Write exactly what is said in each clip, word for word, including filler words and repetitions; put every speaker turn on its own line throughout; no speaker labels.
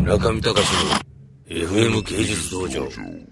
村上隆の エフエム 芸術道場。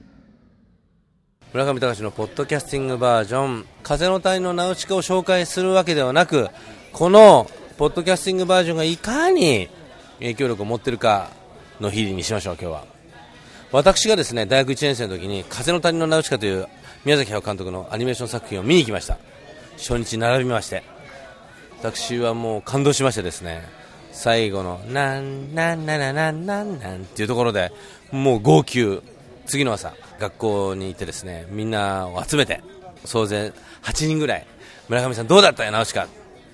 村上隆のポッドキャスティングバージョン、風の谷のナウシカを紹介するわけではなく、このポッドキャスティングバージョンがいかに影響力を持っているかの日にしましょう。今日は私がですね、大学いちねん生の時に風の谷のナウシカという宮崎駿監督のアニメーション作品を見に行きました。初日並びまして、私はもう感動しましてですね、最後のなんなんなんなんなんなんなんっていうところでもう号泣。次の朝学校に行ってですね、みんなを集めて総勢はちにんぐらい、村上さんどうだったよナウシカ。いや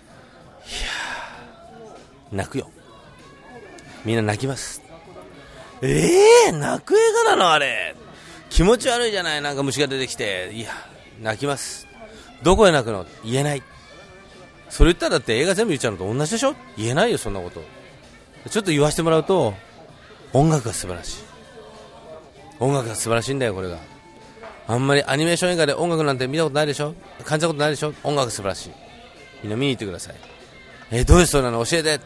泣くよ、みんな泣きます。えー泣く映画なのあれ、気持ち悪いじゃない、なんか虫が出てきて。いや泣きます。どこへ泣くの言えない。それ言ったらだって映画全部言っちゃうのと同じでしょ。言えないよそんなこと。ちょっと言わせてもらうと、音楽が素晴らしい。音楽が素晴らしいんだよ。これがあんまりアニメーション映画で音楽なんて見たことないでしょ、感じたことないでしょ。音楽が素晴らしい。みんな見に行ってください。えー、どういうストーリーなの教えて。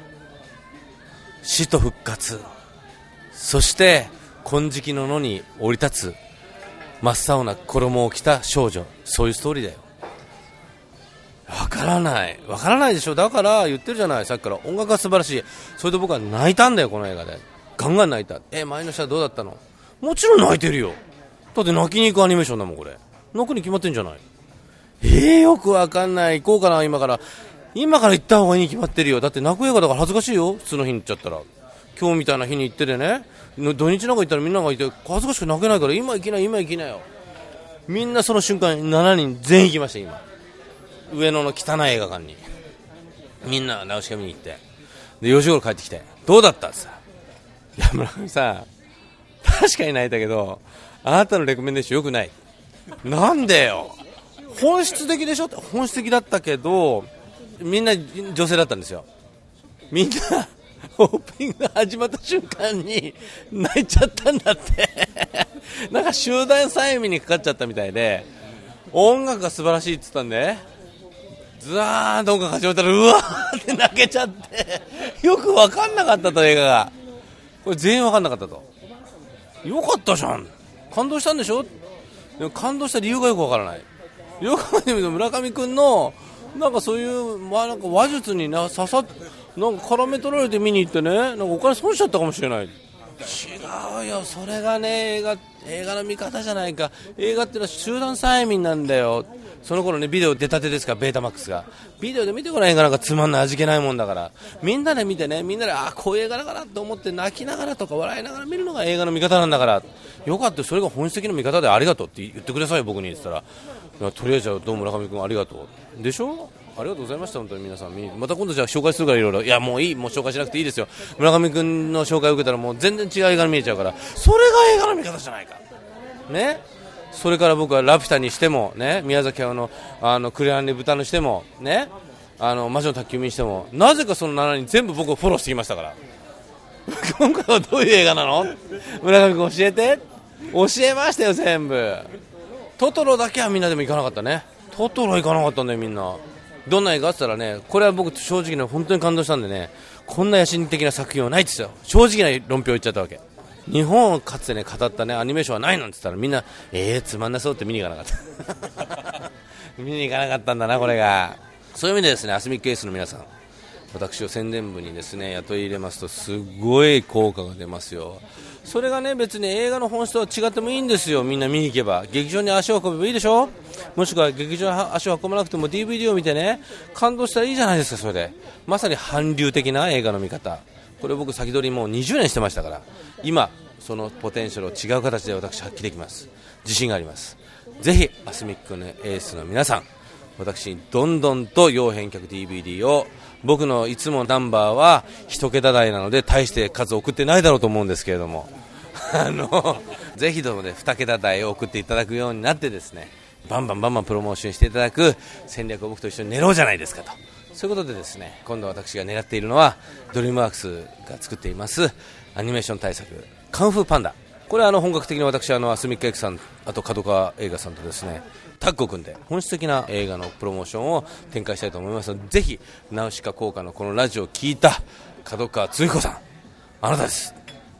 死と復活、そして金色の野に降り立つ真っ青な衣を着た少女、そういうストーリーだよ。わからないわからないでしょ。だから言ってるじゃない、さっきから。音楽が素晴らしい。それと僕は泣いたんだよ、この映画で。ガンガン泣いた。え前の人はどうだったの。もちろん泣いてるよ。だって泣きに行くアニメーションだもん。これ泣くに決まってんじゃない。えー、よくわかんない。行こうかな、今から今から行った方がいいに決まってるよ。だって泣く映画だから恥ずかしいよ、普通の日に行っちゃったら。今日みたいな日に行っててね、土日なんか行ったらみんながいて恥ずかしく泣けないから、今行きな今行きなよ。みんなその瞬間しちにん全員行きました。今上野の汚い映画館にみんなナウシカ見に行って、でよじごろ帰ってきて、どうだったってさ。いや村上さん確かに泣いたけど、あなたのレコメンデーションよくない。なんでよ、本質的でしょって。本質的だったけどみんな女性だったんですよ。みんなオープニングが始まった瞬間に泣いちゃったんだってなんか集団催眠にかかっちゃったみたいで、音楽が素晴らしいって言ったんで、ずわーんと音楽始まったらうわーって泣けちゃってよく分かんなかったと、映画が。これ全員分かんなかったと。よかったじゃん、感動したんでしょ。でも感動した理由がよく分からない。よく考えてみると村上くんのなんかそういう、まあ、なんか話術にな刺さっなんか絡め取られて見に行ってね、なんかお金損しちゃったかもしれない。違うよ、それがね映画、映画の見方じゃないか。映画ってのは集団催眠なんだよ。その頃ねビデオ出たてですから、ベータマックスが。ビデオで見てごらん、映画なんかつまんない味気ないもんだから。みんなで見てね、みんなであこういう映画だからと思って泣きながらとか笑いながら見るのが映画の見方なんだから。よかった、それが本質的な見方でありがとうって言ってくださいよ、僕に。言ってたら、いやとりあえずどうも村上君ありがとうでしょ。ありがとうございました。本当に皆さん、また今度じゃあ紹介するからいろいろ。いやもういい、もう紹介しなくていいですよ。村上君の紹介を受けたらもう全然違う映画に見えちゃうから。それが映画の見方じゃないかね。それから僕はラピュタにしてもね、宮崎駿のあのクレアンリ豚にしてもね、あの魔女の宅急便にしても、なぜかそのななにん全部僕をフォローしてきましたから今回はどういう映画なの、村上君教えて。教えましたよ全部。トトロだけはみんなでも行かなかったね。トトロ行かなかったんだよみんな。どんな映画って言ったらね、これは僕正直ね本当に感動したんでね、こんな野心的な作品はないって言ってたよ。正直な論評言っちゃったわけ。日本をかつてね語ったねアニメーションはないなんて言ったら、みんなえーつまんなそうって見に行かなかった見に行かなかったんだなこれが。そういう意味でですね、アスミックエースの皆さん、私を宣伝部にですね雇い入れますとすごい効果が出ますよ。それがね別に映画の本質とは違ってもいいんですよ。みんな見に行けば、劇場に足を運べばいいでしょ。もしくは劇場に足を運ばなくても ディーブイディー を見てね感動したらいいじゃないですか。それでまさに韓流的な映画の見方、これ僕先取りもうにじゅうねんしてましたから、今そのポテンシャルを違う形で私発揮できます。自信があります。ぜひアスミックのエースの皆さん、私にどんどんと要返却 ディーブイディー を、僕のいつもナンバーは一桁台なので大して数送ってないだろうと思うんですけれどもあのぜひともねに桁台を送っていただくようになってですね、バンバンバンバンプロモーションしていただく戦略を僕と一緒に練ろうじゃないですかと。そういうことでですね、今度私が狙っているのはドリームワークスが作っていますアニメーション大作カンフーパンダ。これはあの本格的に私あのアスミックエクさん、あと角川映画さんとですねタッグを組んで本質的な映画のプロモーションを展開したいと思いますので、ぜひナウシカ効果のこのラジオを聞いた角川つゆ子さん、あなたです。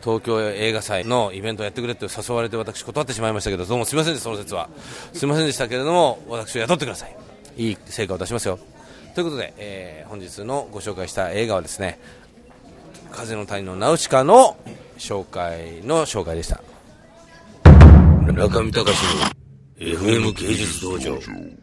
東京映画祭のイベントをやってくれって誘われて私断ってしまいましたけど、どうもすみませんでした。その説はすみませんでしたけれども、私を雇ってください。いい成果を出しますよ。ということで、えー、本日のご紹介した映画はですね、風の谷のナウシカの紹介の紹介でした。
中見隆の エフエム 芸術道場。